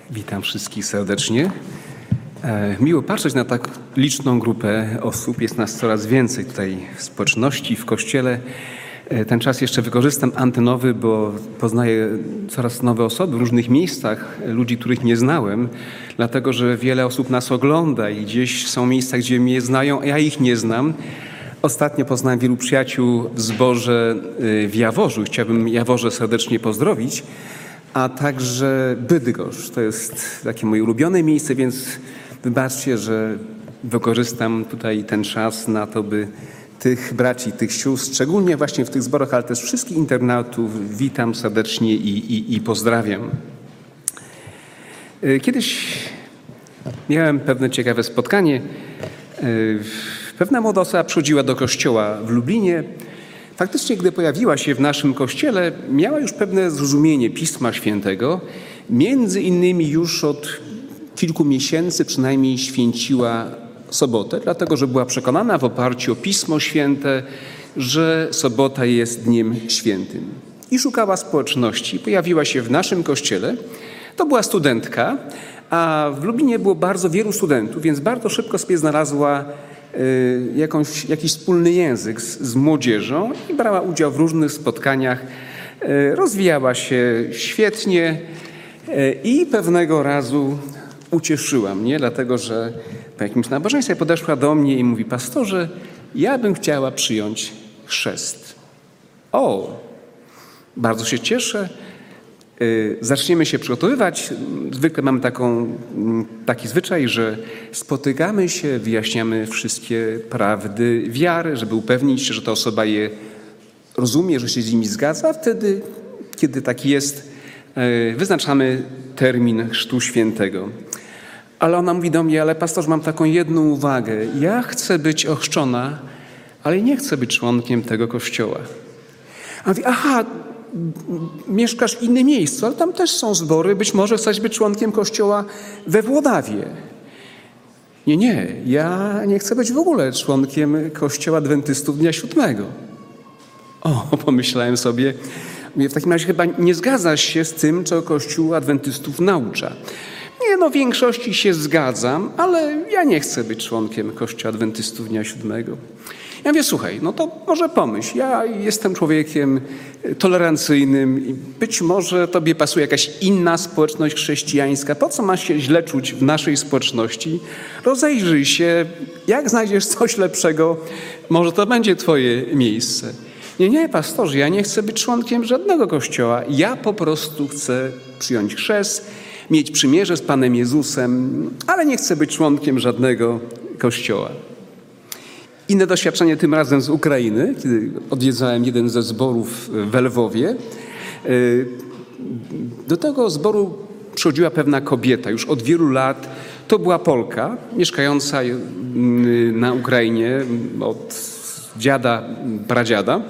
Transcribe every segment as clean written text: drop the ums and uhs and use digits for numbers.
Witam wszystkich serdecznie. Miło patrzeć na tak liczną grupę osób. Jest nas coraz więcej tutaj w społeczności, w kościele. Ten czas jeszcze wykorzystam antenowy, bo poznaję coraz nowe osoby w różnych miejscach, ludzi, których nie znałem, dlatego że wiele osób nas ogląda i gdzieś są miejsca, gdzie mnie znają, a ja ich nie znam. Ostatnio poznałem wielu przyjaciół w zborze w Jaworzu. Chciałbym Jaworze serdecznie pozdrowić. A także Bydgoszcz. To jest takie moje ulubione miejsce, więc wybaczcie, że wykorzystam tutaj ten czas na to, by tych braci, tych sióstr, szczególnie właśnie w tych zborach, ale też wszystkich internautów witam serdecznie i pozdrawiam. Kiedyś miałem pewne ciekawe spotkanie. Pewna młoda osoba przychodziła do kościoła w Lublinie. Faktycznie, gdy pojawiła się w naszym kościele, miała już pewne zrozumienie Pisma Świętego. Między innymi już od kilku miesięcy przynajmniej święciła sobotę, dlatego że była przekonana w oparciu o Pismo Święte, że sobota jest dniem świętym. I szukała społeczności. Pojawiła się w naszym kościele. To była studentka, a w Lublinie było bardzo wielu studentów, więc bardzo szybko sobie znalazła jakiś wspólny język z młodzieżą i brała udział w różnych spotkaniach. Rozwijała się świetnie i pewnego razu ucieszyła mnie, dlatego że po jakimś nabożeństwie podeszła do mnie i mówi: pastorze, ja bym chciała przyjąć chrzest. O, bardzo się cieszę. Zaczniemy się przygotowywać. Zwykle mamy taki zwyczaj, że spotykamy się, wyjaśniamy wszystkie prawdy wiary, żeby upewnić się, że ta osoba je rozumie, że się z nimi zgadza. A wtedy, kiedy tak jest, wyznaczamy termin Chrztu Świętego. Ale ona mówi do mnie: ale pastorze, mam taką jedną uwagę. Ja chcę być ochrzczona, ale nie chcę być członkiem tego kościoła. A mówi: aha, mieszkasz w innym miejscu, ale tam też są zbory, być może chcesz być członkiem kościoła we Włodawie. Nie, ja nie chcę być w ogóle członkiem kościoła adwentystów dnia 7. O, pomyślałem sobie, mówię, w takim razie chyba nie zgadzasz się z tym, co Kościół adwentystów naucza. Nie, w większości się zgadzam, ale ja nie chcę być członkiem kościoła adwentystów dnia 7. Ja mówię: słuchaj, to może pomyśl, ja jestem człowiekiem tolerancyjnym i być może tobie pasuje jakaś inna społeczność chrześcijańska. Po co masz się źle czuć w naszej społeczności? Rozejrzyj się, jak znajdziesz coś lepszego, może to będzie twoje miejsce. Nie, pastorze, ja nie chcę być członkiem żadnego kościoła. Ja po prostu chcę przyjąć chrzest, mieć przymierze z Panem Jezusem, ale nie chcę być członkiem żadnego kościoła. Inne doświadczenie tym razem z Ukrainy, kiedy odwiedzałem jeden ze zborów w Lwowie. Do tego zboru przychodziła pewna kobieta już od wielu lat. To była Polka mieszkająca na Ukrainie od dziada, pradziada.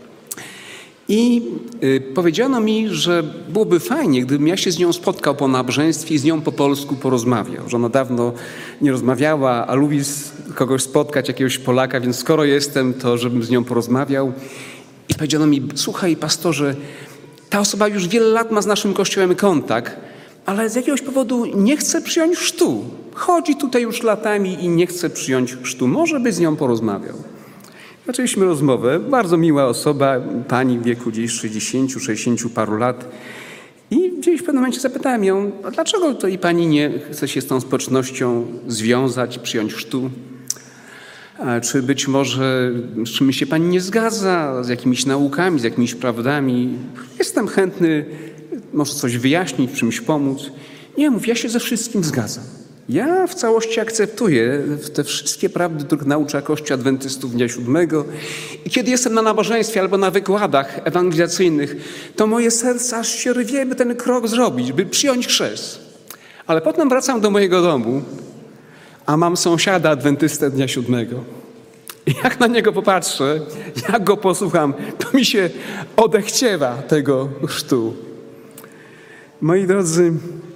I powiedziano mi, że byłoby fajnie, gdybym ja się z nią spotkał po nabożeństwie i z nią po polsku porozmawiał. Że ona dawno nie rozmawiała, a lubi kogoś spotkać, jakiegoś Polaka, więc skoro jestem, to żebym z nią porozmawiał. I powiedziano mi: słuchaj, pastorze, ta osoba już wiele lat ma z naszym kościołem kontakt, ale z jakiegoś powodu nie chce przyjąć chrztu. Chodzi tutaj już latami i nie chce przyjąć chrztu. Może by z nią porozmawiał. Zaczęliśmy rozmowę. Bardzo miła osoba, pani w wieku gdzieś 60 paru lat. I gdzieś w pewnym momencie zapytałem ją: a dlaczego to i pani nie chce się z tą społecznością związać, przyjąć chrztu? A czy być może z czymś się pani nie zgadza, z jakimiś naukami, z jakimiś prawdami? Jestem chętny, może coś wyjaśnić, czymś pomóc. Nie, mów, ja się ze wszystkim zgadzam. Ja w całości akceptuję te wszystkie prawdy, których naucza Kościół adwentystów dnia 7. I kiedy jestem na nabożeństwie albo na wykładach ewangelizacyjnych, to moje serce aż się rwie, by ten krok zrobić, by przyjąć chrzest. Ale potem wracam do mojego domu, a mam sąsiada adwentystę dnia 7. I jak na niego popatrzę, jak go posłucham, to mi się odechciewa tego chrztu. Moi drodzy,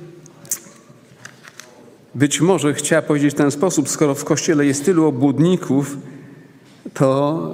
być może chciała powiedzieć w ten sposób: skoro w kościele jest tylu obłudników, to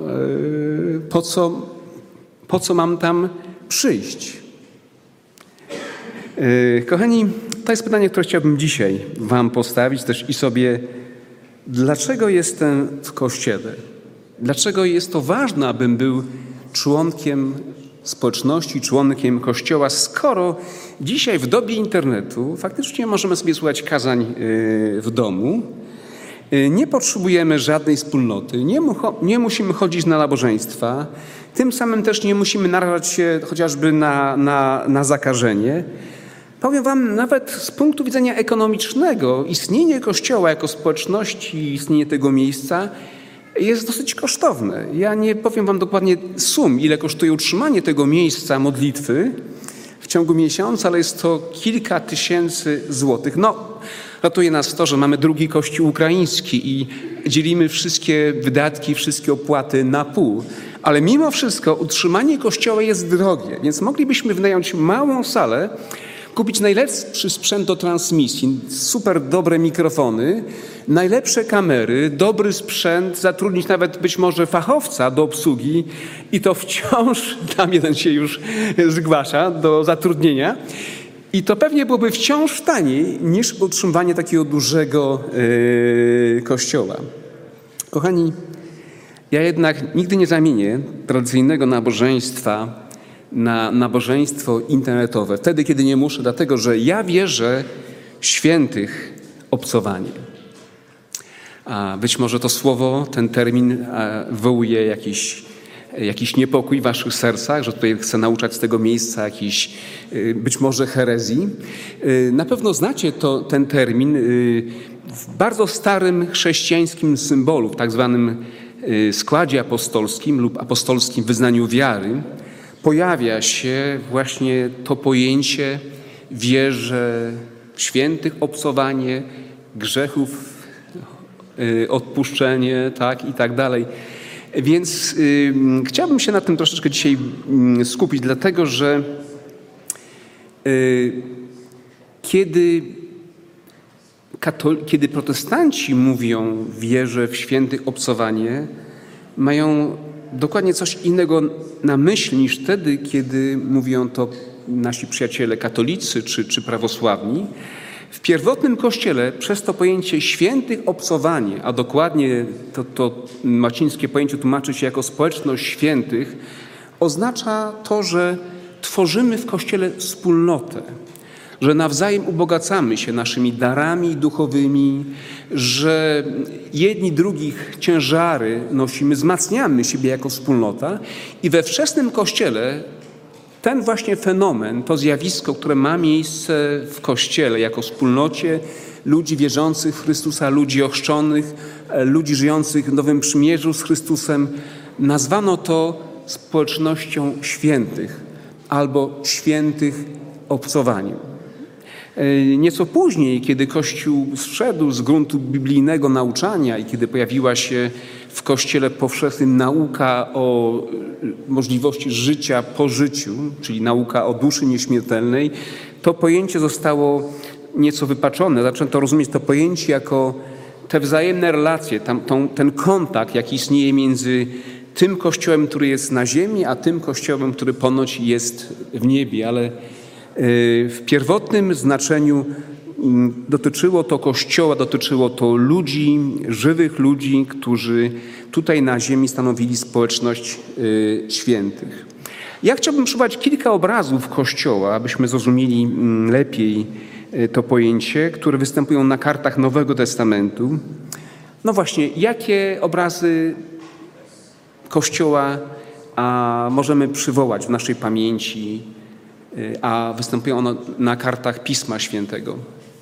po co mam tam przyjść? Kochani, to jest pytanie, które chciałbym dzisiaj wam postawić też i sobie. Dlaczego jestem w Kościele? Dlaczego jest to ważne, abym był członkiem społeczności, członkiem Kościoła, skoro dzisiaj w dobie internetu faktycznie możemy sobie słuchać kazań w domu, nie potrzebujemy żadnej wspólnoty, nie musimy chodzić na nabożeństwa, tym samym też nie musimy narażać się chociażby na zakażenie. Powiem wam, nawet z punktu widzenia ekonomicznego istnienie Kościoła jako społeczności, istnienie tego miejsca jest dosyć kosztowne. Ja nie powiem wam dokładnie sum, ile kosztuje utrzymanie tego miejsca modlitwy w ciągu miesiąca, ale jest to kilka tysięcy złotych. Ratuje nas to, że mamy drugi kościół ukraiński i dzielimy wszystkie wydatki, wszystkie opłaty na pół. Ale mimo wszystko utrzymanie kościoła jest drogie, więc moglibyśmy wynająć małą salę, kupić najlepszy sprzęt do transmisji, super dobre mikrofony, najlepsze kamery, dobry sprzęt, zatrudnić nawet być może fachowca do obsługi i to wciąż, tam jeden się już zgłasza do zatrudnienia, i to pewnie byłoby wciąż taniej niż utrzymywanie takiego dużego kościoła. Kochani, ja jednak nigdy nie zamienię tradycyjnego nabożeństwa na nabożeństwo internetowe. Wtedy, kiedy nie muszę, dlatego że ja wierzę w świętych obcowanie. A być może to słowo, ten termin wywołuje jakiś niepokój w waszych sercach, że tutaj chcę nauczać z tego miejsca jakiś być może herezji. Na pewno znacie ten termin w bardzo starym chrześcijańskim symbolu, w tak zwanym składzie apostolskim lub apostolskim wyznaniu wiary. Pojawia się właśnie to pojęcie wierze w świętych obcowanie, grzechów odpuszczenie, tak i tak dalej. Więc chciałbym się na tym troszeczkę dzisiaj skupić, dlatego że kiedy protestanci mówią wierze w świętych obcowanie, mają dokładnie coś innego na myśli niż wtedy, kiedy mówią to nasi przyjaciele katolicy czy prawosławni. W pierwotnym Kościele przez to pojęcie świętych obcowanie, a dokładnie to łacińskie pojęcie tłumaczy się jako społeczność świętych, oznacza to, że tworzymy w Kościele wspólnotę, że nawzajem ubogacamy się naszymi darami duchowymi, że jedni drugich ciężary nosimy, wzmacniamy siebie jako wspólnota i we wczesnym Kościele ten właśnie fenomen, to zjawisko, które ma miejsce w Kościele jako wspólnocie ludzi wierzących w Chrystusa, ludzi ochrzczonych, ludzi żyjących w Nowym Przymierzu z Chrystusem, nazwano to społecznością świętych albo świętych obcowaniem. Nieco później, kiedy Kościół zszedł z gruntu biblijnego nauczania i kiedy pojawiła się w Kościele powszechnym nauka o możliwości życia po życiu, czyli nauka o duszy nieśmiertelnej, to pojęcie zostało nieco wypaczone. Zaczęto rozumieć to pojęcie jako te wzajemne relacje, ten kontakt, jaki istnieje między tym Kościołem, który jest na ziemi, a tym Kościołem, który ponoć jest w niebie, ale w pierwotnym znaczeniu dotyczyło to Kościoła, dotyczyło to ludzi, żywych ludzi, którzy tutaj na ziemi stanowili społeczność świętych. Ja chciałbym przywołać kilka obrazów Kościoła, abyśmy zrozumieli lepiej to pojęcie, które występują na kartach Nowego Testamentu. No właśnie, jakie obrazy Kościoła możemy przywołać w naszej pamięci, a występują one na kartach Pisma Świętego?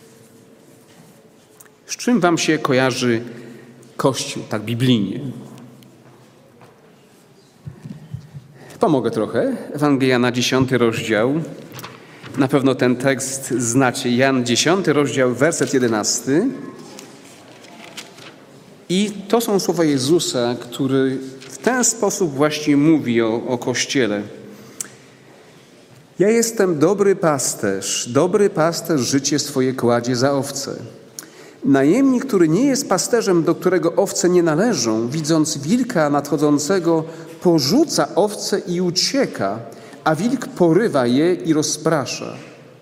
Z czym wam się kojarzy Kościół, tak biblijnie? Pomogę trochę. Ewangelia na 10 rozdział. Na pewno ten tekst znacie. Jan 10 rozdział, werset 11. I to są słowa Jezusa, który w ten sposób właśnie mówi o Kościele. Ja jestem dobry pasterz życie swoje kładzie za owce. Najemnik, który nie jest pasterzem, do którego owce nie należą, widząc wilka nadchodzącego, porzuca owce i ucieka, a wilk porywa je i rozprasza.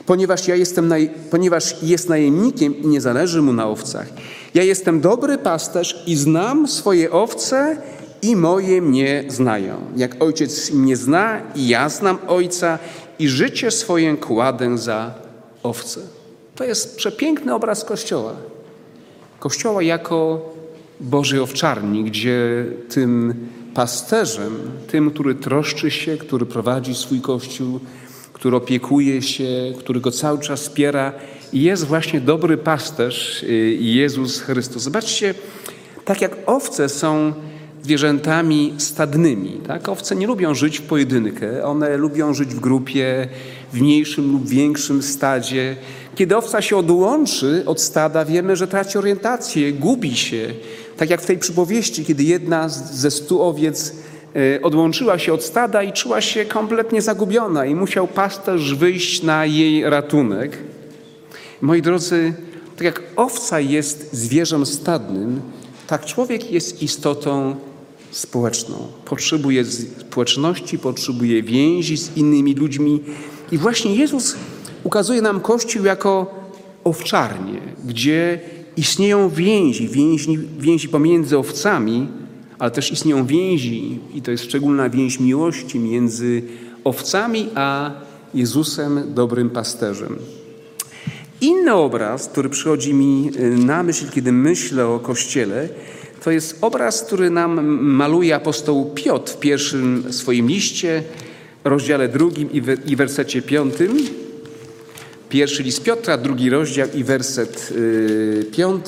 ponieważ jest najemnikiem i nie zależy mu na owcach. Ja jestem dobry pasterz i znam swoje owce i moje mnie znają. Jak ojciec mnie zna i ja znam ojca i życie swoje kładę za owce. To jest przepiękny obraz Kościoła. Kościoła jako Bożej owczarni, gdzie tym pasterzem, tym, który troszczy się, który prowadzi swój Kościół, który opiekuje się, który go cały czas wspiera, jest właśnie dobry pasterz Jezus Chrystus. Zobaczcie, tak jak owce są zwierzętami stadnymi, tak? Owce nie lubią żyć w pojedynkę, one lubią żyć w grupie, w mniejszym lub większym stadzie. Kiedy owca się odłączy od stada, wiemy, że traci orientację, gubi się. Tak jak w tej przypowieści, kiedy jedna ze 100 owiec odłączyła się od stada i czuła się kompletnie zagubiona i musiał pasterz wyjść na jej ratunek. Moi drodzy, tak jak owca jest zwierzem stadnym, tak człowiek jest istotą społeczną. Potrzebuje społeczności, potrzebuje więzi z innymi ludźmi. I właśnie Jezus ukazuje nam Kościół jako owczarnię, gdzie istnieją więzi pomiędzy owcami, ale też istnieją więzi, i to jest szczególna więź miłości między owcami a Jezusem, dobrym pasterzem. Inny obraz, który przychodzi mi na myśl, kiedy myślę o Kościele, to jest obraz, który nam maluje apostoł Piotr w pierwszym swoim liście, rozdziale 2 i wersecie 5. Pierwszy list Piotra, 2 rozdział i werset 5.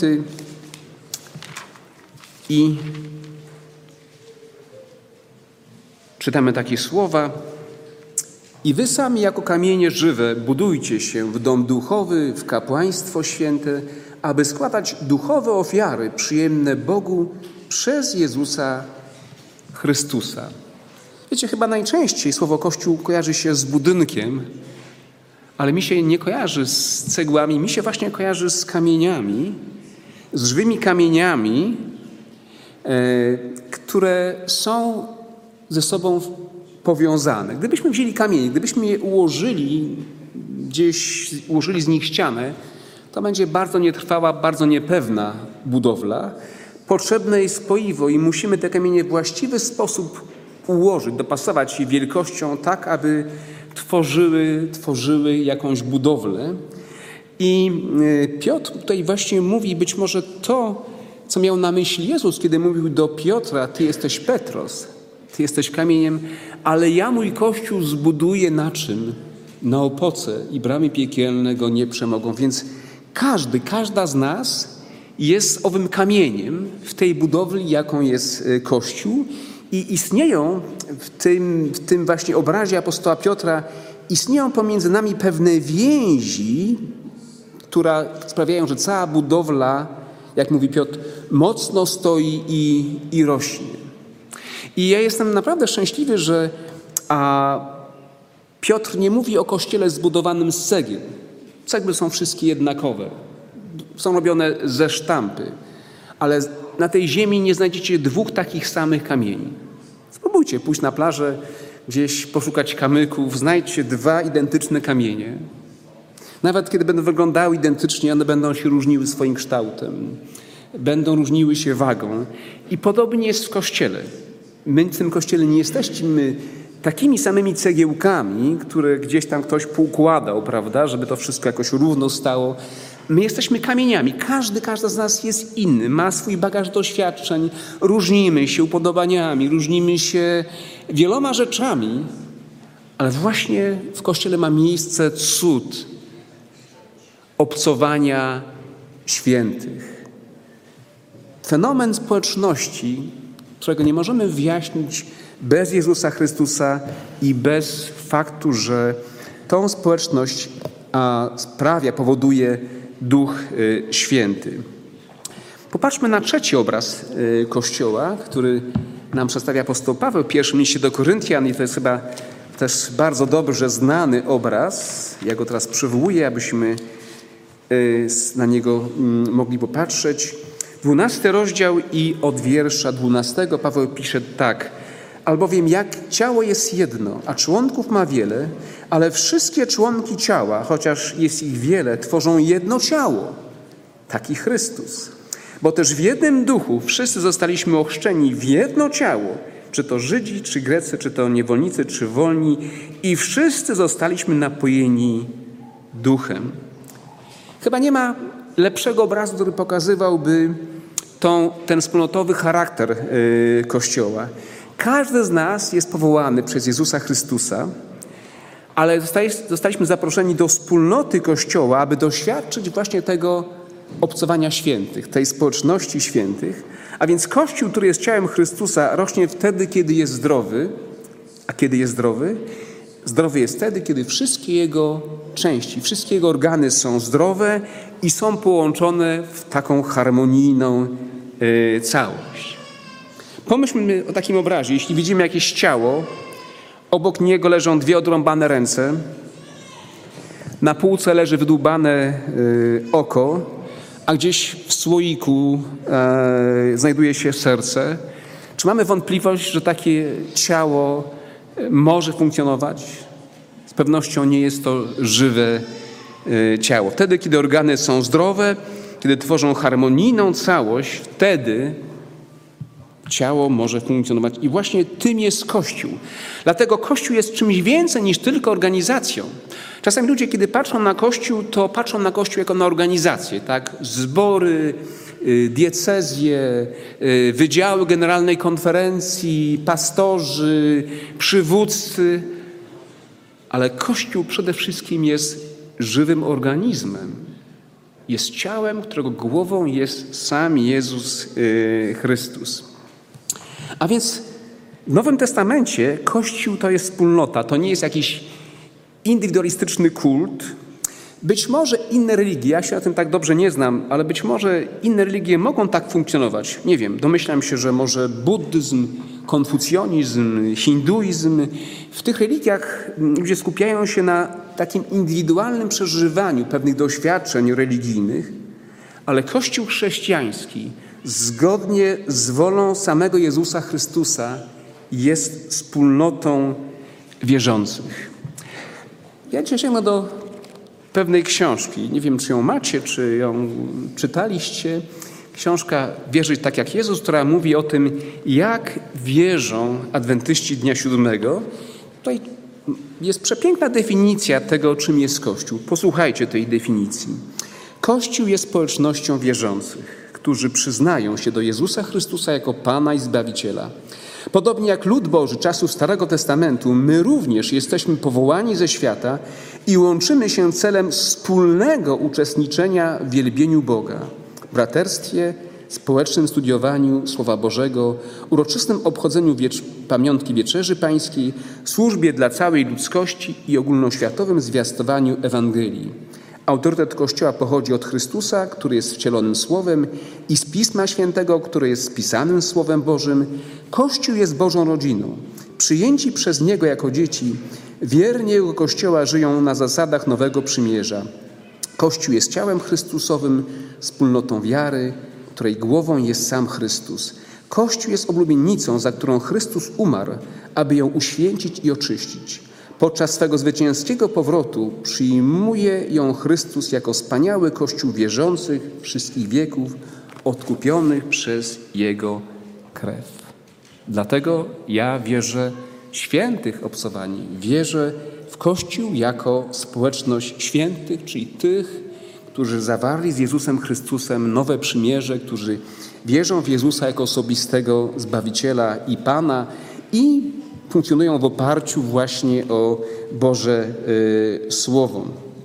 I czytamy takie słowa. I wy sami jako kamienie żywe budujcie się w dom duchowy, w kapłaństwo święte, aby składać duchowe ofiary przyjemne Bogu przez Jezusa Chrystusa. Wiecie, chyba najczęściej słowo Kościół kojarzy się z budynkiem, ale mi się nie kojarzy z cegłami, mi się właśnie kojarzy z kamieniami, z żywymi kamieniami, które są ze sobą powiązane. Gdybyśmy wzięli kamienie, gdybyśmy je ułożyli z nich ścianę, to będzie bardzo nietrwała, bardzo niepewna budowla. Potrzebne jest spoiwo i musimy te kamienie w właściwy sposób ułożyć, dopasować je wielkością tak, aby tworzyły jakąś budowlę. I Piotr tutaj właśnie mówi być może to, co miał na myśli Jezus, kiedy mówił do Piotra: ty jesteś Petros, ty jesteś kamieniem, ale ja mój Kościół zbuduję na czym? Na opoce i bramy piekielne go nie przemogą. Więc każda z nas jest owym kamieniem w tej budowli, jaką jest Kościół. I istnieją w tym właśnie obrazie apostoła Piotra, istnieją pomiędzy nami pewne więzi, które sprawiają, że cała budowla, jak mówi Piotr, mocno stoi i rośnie. I ja jestem naprawdę szczęśliwy, że Piotr nie mówi o kościele zbudowanym z cegieł. Cegły są wszystkie jednakowe. Są robione ze sztampy. Ale na tej ziemi nie znajdziecie 2 takich samych kamieni. Spróbujcie pójść na plażę, gdzieś poszukać kamyków, znajdźcie 2 identyczne kamienie. Nawet kiedy będą wyglądały identycznie, one będą się różniły swoim kształtem. Będą różniły się wagą. I podobnie jest w Kościele. My w tym Kościele nie jesteśmy takimi samymi cegiełkami, które gdzieś tam ktoś poukładał, prawda, żeby to wszystko jakoś równo stało. My jesteśmy kamieniami. Każda z nas jest inny, ma swój bagaż doświadczeń. Różnimy się upodobaniami, różnimy się wieloma rzeczami, ale właśnie w Kościele ma miejsce cud obcowania świętych. Fenomen społeczności, którego nie możemy wyjaśnić bez Jezusa Chrystusa i bez faktu, że tą społeczność powoduje Duch Święty. Popatrzmy na trzeci obraz Kościoła, który nam przedstawia apostoł Paweł w pierwszym liście do Koryntian, i to jest chyba też bardzo dobrze znany obraz. Ja go teraz przywołuję, abyśmy na niego mogli popatrzeć. 12 rozdział i od wiersza 12 Paweł pisze tak: Albowiem jak ciało jest jedno, a członków ma wiele, ale wszystkie członki ciała, chociaż jest ich wiele, tworzą jedno ciało, taki Chrystus. Bo też w jednym duchu wszyscy zostaliśmy ochrzczeni w jedno ciało, czy to Żydzi, czy Grecy, czy to niewolnicy, czy wolni, i wszyscy zostaliśmy napojeni duchem. Chyba nie ma lepszego obrazu, który pokazywałby ten wspólnotowy charakter Kościoła. Każdy z nas jest powołany przez Jezusa Chrystusa, ale zostaliśmy zaproszeni do wspólnoty Kościoła, aby doświadczyć właśnie tego obcowania świętych, tej społeczności świętych. A więc Kościół, który jest ciałem Chrystusa, rośnie wtedy, kiedy jest zdrowy. A kiedy jest zdrowy? Zdrowy jest wtedy, kiedy wszystkie jego części, wszystkie jego organy są zdrowe i są połączone w taką harmonijną całość. Pomyślmy o takim obrazie. Jeśli widzimy jakieś ciało, obok niego leżą dwie odrąbane ręce, na półce leży wydłubane oko, a gdzieś w słoiku znajduje się serce. Czy mamy wątpliwość, że takie ciało może funkcjonować? Z pewnością nie jest to żywe ciało. Wtedy, kiedy organy są zdrowe, kiedy tworzą harmonijną całość, wtedy ciało może funkcjonować. I właśnie tym jest Kościół. Dlatego Kościół jest czymś więcej niż tylko organizacją. Czasami ludzie, kiedy patrzą na Kościół, to patrzą na Kościół jako na organizację, tak? Zbory, diecezje, wydziały generalnej konferencji, pastorzy, przywódcy. Ale Kościół przede wszystkim jest żywym organizmem. Jest ciałem, którego głową jest sam Jezus Chrystus. A więc w Nowym Testamencie Kościół to jest wspólnota, to nie jest jakiś indywidualistyczny kult. Być może inne religie, ja się na tym tak dobrze nie znam, ale być może inne religie mogą tak funkcjonować. Nie wiem, domyślam się, że może buddyzm, konfucjonizm, hinduizm. W tych religiach ludzie skupiają się na takim indywidualnym przeżywaniu pewnych doświadczeń religijnych, ale Kościół chrześcijański zgodnie z wolą samego Jezusa Chrystusa jest wspólnotą wierzących. Ja dzisiaj sięgnę do pewnej książki. Nie wiem, czy ją macie, czy ją czytaliście. Książka Wierzyć tak jak Jezus, która mówi o tym, jak wierzą adwentyści Dnia Siódmego. Tutaj jest przepiękna definicja tego, czym jest Kościół. Posłuchajcie tej definicji. Kościół jest społecznością wierzących, którzy przyznają się do Jezusa Chrystusa jako Pana i Zbawiciela. Podobnie jak lud Boży czasów Starego Testamentu, my również jesteśmy powołani ze świata i łączymy się celem wspólnego uczestniczenia w wielbieniu Boga, braterstwie, społecznym studiowaniu Słowa Bożego, uroczystym obchodzeniu pamiątki Wieczerzy Pańskiej, służbie dla całej ludzkości i ogólnoświatowym zwiastowaniu Ewangelii. Autorytet Kościoła pochodzi od Chrystusa, który jest wcielonym Słowem, i z Pisma Świętego, które jest spisanym Słowem Bożym. Kościół jest Bożą rodziną. Przyjęci przez Niego jako dzieci, wierni Jego Kościoła żyją na zasadach Nowego Przymierza. Kościół jest ciałem Chrystusowym, wspólnotą wiary, której głową jest sam Chrystus. Kościół jest oblubienicą, za którą Chrystus umarł, aby ją uświęcić i oczyścić. Podczas swego zwycięskiego powrotu przyjmuje ją Chrystus jako wspaniały Kościół wierzących wszystkich wieków, odkupionych przez Jego krew. Dlatego ja wierzę w świętych obcowani. Wierzę w Kościół jako społeczność świętych, czyli tych, którzy zawarli z Jezusem Chrystusem nowe przymierze, którzy wierzą w Jezusa jako osobistego Zbawiciela i Pana i funkcjonują w oparciu właśnie o Boże Słowo.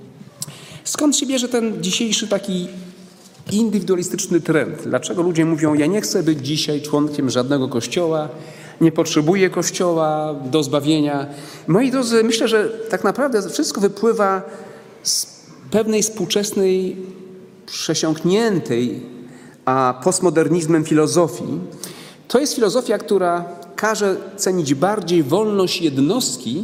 Skąd się bierze ten dzisiejszy taki indywidualistyczny trend? Dlaczego ludzie mówią, ja nie chcę być dzisiaj członkiem żadnego kościoła, nie potrzebuję kościoła do zbawienia? Moi drodzy, myślę, że tak naprawdę wszystko wypływa z pewnej współczesnej, przesiąkniętej postmodernizmem filozofii. To jest filozofia, która każe cenić bardziej wolność jednostki,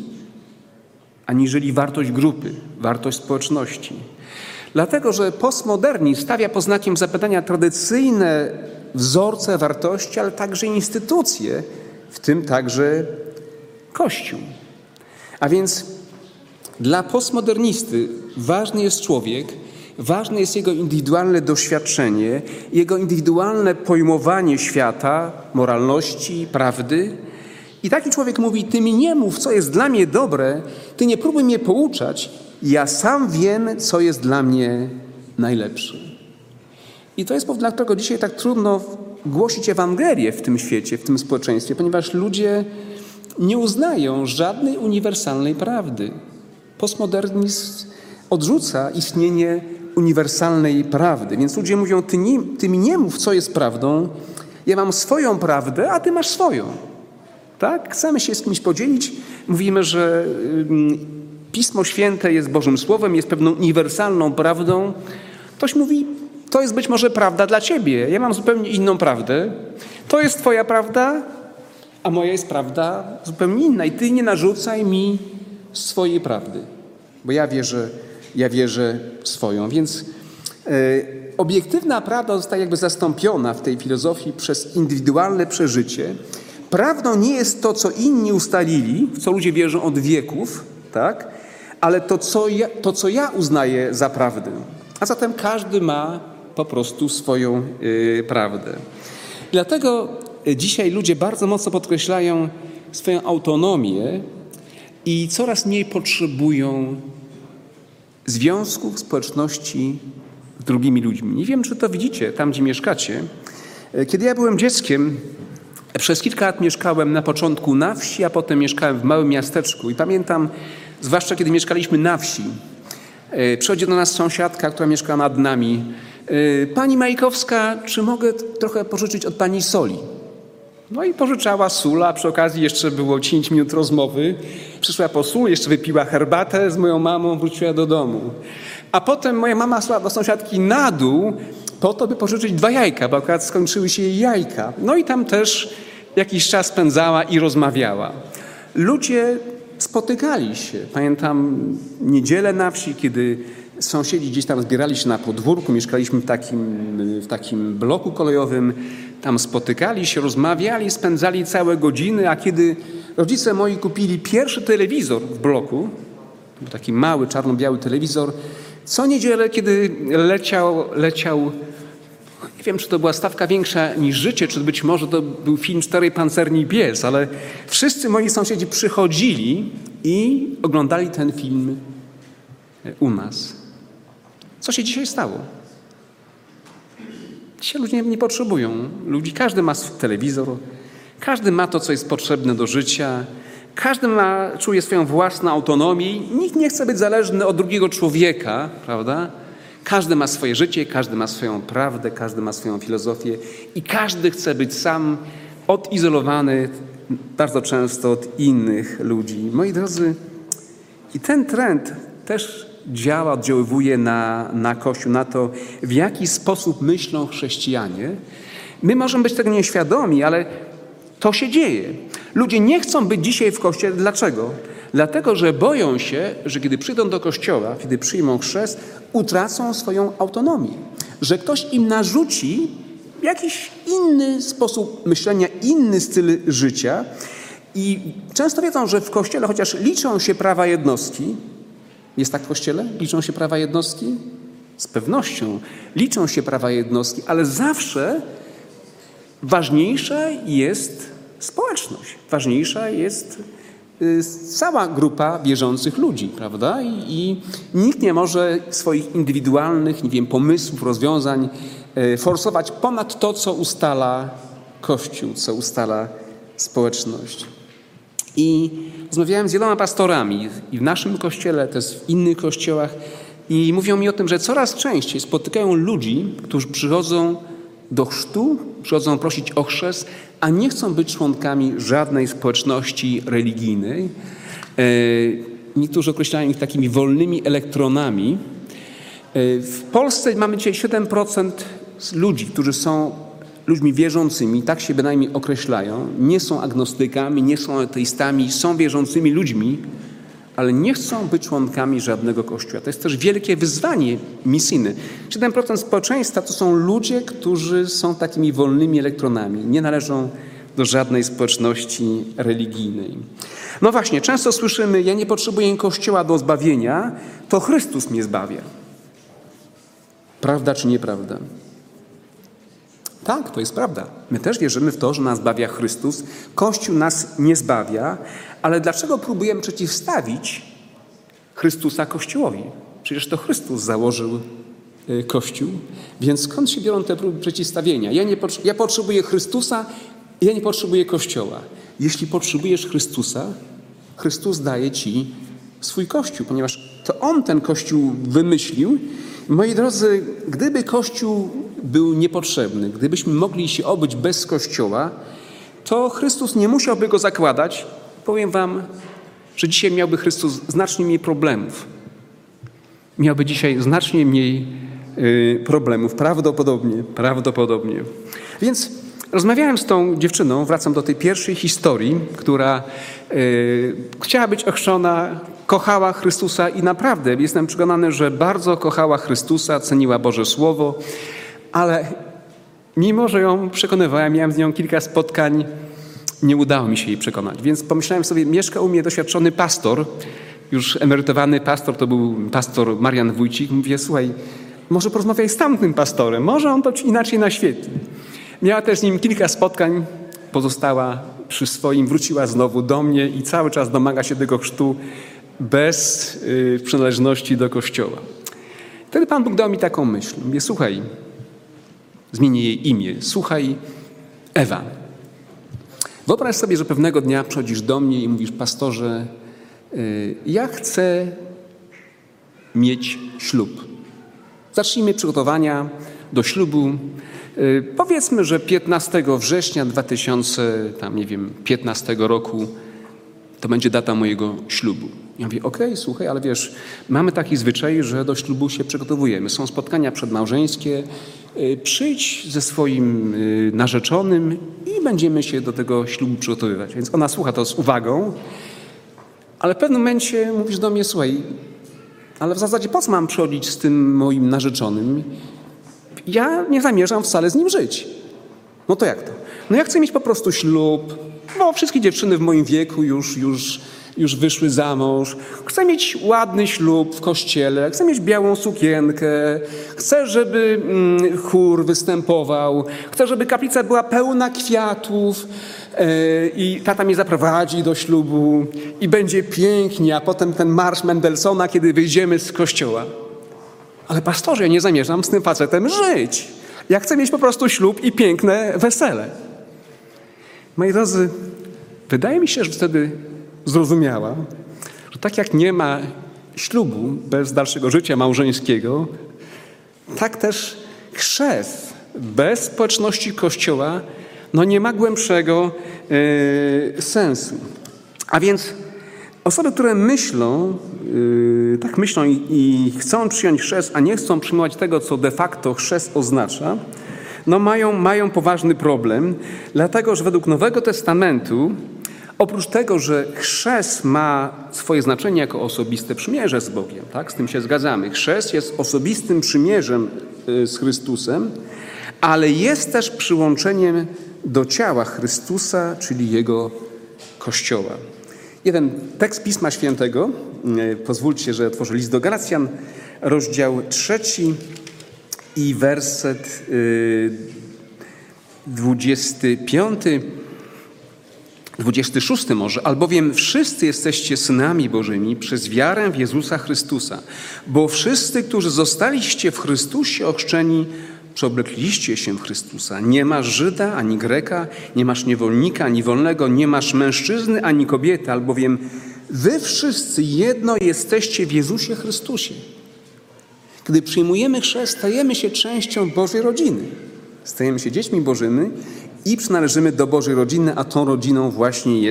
aniżeli wartość grupy, wartość społeczności. Dlatego, że postmodernizm stawia pod znakiem zapytania tradycyjne wzorce wartości, ale także instytucje w tym także Kościół. A więc dla postmodernisty ważny jest człowiek, ważne jest jego indywidualne doświadczenie, jego indywidualne pojmowanie świata, moralności, prawdy. I taki człowiek mówi: ty mi nie mów, co jest dla mnie dobre, ty nie próbuj mnie pouczać, ja sam wiem, co jest dla mnie najlepsze. I to jest powód, dla którego dzisiaj tak trudno głosić Ewangelię w tym świecie, w tym społeczeństwie, ponieważ ludzie nie uznają żadnej uniwersalnej prawdy. Postmodernizm odrzuca istnienie uniwersalnej prawdy. Więc ludzie mówią: ty mi nie mów, co jest prawdą, ja mam swoją prawdę, a ty masz swoją. Tak? Chcemy się z kimś podzielić. Mówimy, że Pismo Święte jest Bożym Słowem, jest pewną uniwersalną prawdą. Ktoś mówi: to jest być może prawda dla ciebie, ja mam zupełnie inną prawdę. To jest twoja prawda, a moja jest prawda zupełnie inna. I ty nie narzucaj mi swojej prawdy, bo ja wierzę swoją. Więc obiektywna prawda zostaje jakby zastąpiona w tej filozofii przez indywidualne przeżycie. Prawdą nie jest to, co inni ustalili, w co ludzie wierzą od wieków, tak? Ale to, co ja uznaję za prawdę. A zatem każdy ma po prostu swoją prawdę. Dlatego dzisiaj ludzie bardzo mocno podkreślają swoją autonomię i coraz mniej potrzebują związków, społeczności z drugimi ludźmi. Nie wiem, czy to widzicie tam, gdzie mieszkacie. Kiedy ja byłem dzieckiem, przez kilka lat mieszkałem na początku na wsi, a potem mieszkałem w małym miasteczku. I pamiętam, zwłaszcza kiedy mieszkaliśmy na wsi, przychodzi do nas sąsiadka, która mieszka nad nami. Pani Majkowska, czy mogę trochę pożyczyć od pani soli? No i pożyczała sól, a przy okazji jeszcze było 10 minut rozmowy. Przyszła po sól, jeszcze wypiła herbatę z moją mamą, wróciła do domu. A potem moja mama szła do sąsiadki na dół po to, by pożyczyć 2 jajka, bo akurat skończyły się jej jajka. No i tam też jakiś czas spędzała i rozmawiała. Ludzie spotykali się. Pamiętam niedzielę na wsi, kiedy sąsiedzi gdzieś tam zbierali się na podwórku, mieszkaliśmy w takim bloku kolejowym, tam spotykali się, rozmawiali, spędzali całe godziny, a kiedy rodzice moi kupili pierwszy telewizor w bloku, taki mały, czarno-biały telewizor, co niedzielę, kiedy leciał, nie wiem, czy to była stawka większa niż życie, czy być może to był film 4 Pancerni pies, ale wszyscy moi sąsiedzi przychodzili i oglądali ten film u nas. Co się dzisiaj stało? Dzisiaj ludzie nie potrzebują ludzi. Każdy ma telewizor, każdy ma to, co jest potrzebne do życia, każdy czuje swoją własną autonomię. Nikt nie chce być zależny od drugiego człowieka, prawda? Każdy ma swoje życie, każdy ma swoją prawdę, każdy ma swoją filozofię i każdy chce być sam odizolowany bardzo często od innych ludzi. Moi drodzy, i ten trend też oddziaływuje na Kościół, na to, w jaki sposób myślą chrześcijanie. My możemy być tego nieświadomi, ale to się dzieje. Ludzie nie chcą być dzisiaj w Kościele. Dlaczego? Dlatego, że boją się, że kiedy przyjdą do Kościoła, kiedy przyjmą chrzest, utracą swoją autonomię. Że ktoś im narzuci jakiś inny sposób myślenia, inny styl życia. I często wiedzą, że w Kościele, chociaż liczą się prawa jednostki, jest tak w Kościele? Liczą się prawa jednostki? Z pewnością liczą się prawa jednostki, ale zawsze ważniejsza jest społeczność. Ważniejsza jest cała grupa wierzących ludzi, prawda? I nikt nie może swoich indywidualnych, pomysłów, rozwiązań forsować ponad to, co ustala Kościół, co ustala społeczność. I rozmawiałem z wieloma pastorami i w naszym kościele, też w innych kościołach i mówią mi o tym, że coraz częściej spotykają ludzi, którzy przychodzą do chrztu, przychodzą prosić o chrzest, a nie chcą być członkami żadnej społeczności religijnej. Niektórzy określają ich takimi wolnymi elektronami. W Polsce mamy dzisiaj 7% ludzi, którzy są ludźmi wierzącymi, tak się bynajmniej określają, nie są agnostykami, nie są ateistami, są wierzącymi ludźmi, ale nie chcą być członkami żadnego kościoła. To jest też wielkie wyzwanie misyjne. 7% społeczeństwa to są ludzie, którzy są takimi wolnymi elektronami. Nie należą do żadnej społeczności religijnej. No właśnie, często słyszymy, ja nie potrzebuję Kościoła do zbawienia, to Chrystus mnie zbawia. Prawda czy nieprawda? Tak, to jest prawda. My też wierzymy w to, że nas zbawia Chrystus. Kościół nas nie zbawia, ale dlaczego próbujemy przeciwstawić Chrystusa Kościołowi? Przecież to Chrystus założył Kościół, więc skąd się biorą te próby przeciwstawienia? Ja potrzebuję Chrystusa, ja nie potrzebuję Kościoła. Jeśli potrzebujesz Chrystusa, Chrystus daje ci swój Kościół, ponieważ to On ten Kościół wymyślił. Moi drodzy, gdyby Kościół był niepotrzebny, gdybyśmy mogli się obyć bez Kościoła, to Chrystus nie musiałby go zakładać. Powiem wam, że dzisiaj miałby Chrystus znacznie mniej problemów. Miałby dzisiaj znacznie mniej problemów, prawdopodobnie. Więc rozmawiałem z tą dziewczyną, wracam do tej pierwszej historii, która chciała być ochrzczona, kochała Chrystusa i naprawdę jestem przekonany, że bardzo kochała Chrystusa, ceniła Boże Słowo, ale mimo, że ją przekonywałem, miałem z nią kilka spotkań, nie udało mi się jej przekonać. Więc pomyślałem sobie, mieszka u mnie doświadczony pastor, już emerytowany pastor, to był pastor Marian Wójcik. Mówię, słuchaj, może porozmawiaj z tamtym pastorem, może on to ci inaczej naświetli. Miała też z nim kilka spotkań, pozostała przy swoim, wróciła znowu do mnie i cały czas domaga się tego chrztu bez przynależności do Kościoła. Wtedy Pan Bóg dał mi taką myśl. Mówię, słuchaj, zmienię jej imię, słuchaj, Ewa. Wyobraź sobie, że pewnego dnia przychodzisz do mnie i mówisz, pastorze, ja chcę mieć ślub. Zacznijmy przygotowania do ślubu. Powiedzmy, że 15 września 2015 roku to będzie data mojego ślubu. Ja mówię, okej, słuchaj, ale wiesz, mamy taki zwyczaj, że do ślubu się przygotowujemy. Są spotkania przedmałżeńskie. Przyjdź ze swoim narzeczonym i będziemy się do tego ślubu przygotowywać. Więc ona słucha to z uwagą, ale w pewnym momencie mówisz do mnie, słuchaj, ale w zasadzie po co mam przychodzić z tym moim narzeczonym? Ja nie zamierzam wcale z nim żyć. No to jak to? No ja chcę mieć po prostu ślub, bo wszystkie dziewczyny w moim wieku już wyszły za mąż. Chcę mieć ładny ślub w kościele, chcę mieć białą sukienkę, chcę, żeby chór występował, chcę, żeby kaplica była pełna kwiatów i tata mnie zaprowadzi do ślubu i będzie pięknie, a potem ten marsz Mendelssohna, kiedy wyjdziemy z kościoła. Ale pastorze, ja nie zamierzam z tym facetem żyć. Ja chcę mieć po prostu ślub i piękne wesele. Moi drodzy, wydaje mi się, że wtedy zrozumiała, że tak jak nie ma ślubu bez dalszego życia małżeńskiego, tak też chrzest bez społeczności Kościoła nie ma głębszego sensu. A więc osoby, które tak myślą i chcą przyjąć chrzest, a nie chcą przyjmować tego, co de facto chrzest oznacza, mają poważny problem, dlatego że według Nowego Testamentu oprócz tego, że chrzest ma swoje znaczenie jako osobiste przymierze z Bogiem, tak? Z tym się zgadzamy. Chrzest jest osobistym przymierzem z Chrystusem, ale jest też przyłączeniem do ciała Chrystusa, czyli Jego Kościoła. Jeden tekst Pisma Świętego, pozwólcie, że otworzę list do Galacjan, rozdział 3 i werset 25, 26 może. Albowiem wszyscy jesteście synami Bożymi przez wiarę w Jezusa Chrystusa. Bo wszyscy, którzy zostaliście w Chrystusie ochrzczeni, przeoblekliście się w Chrystusa. Nie masz Żyda ani Greka, nie masz niewolnika ani wolnego, nie masz mężczyzny ani kobiety, albowiem wy wszyscy jedno jesteście w Jezusie Chrystusie. Gdy przyjmujemy chrzest, stajemy się częścią Bożej rodziny. Stajemy się dziećmi Bożymi i przynależymy do Bożej rodziny, a tą rodziną właśnie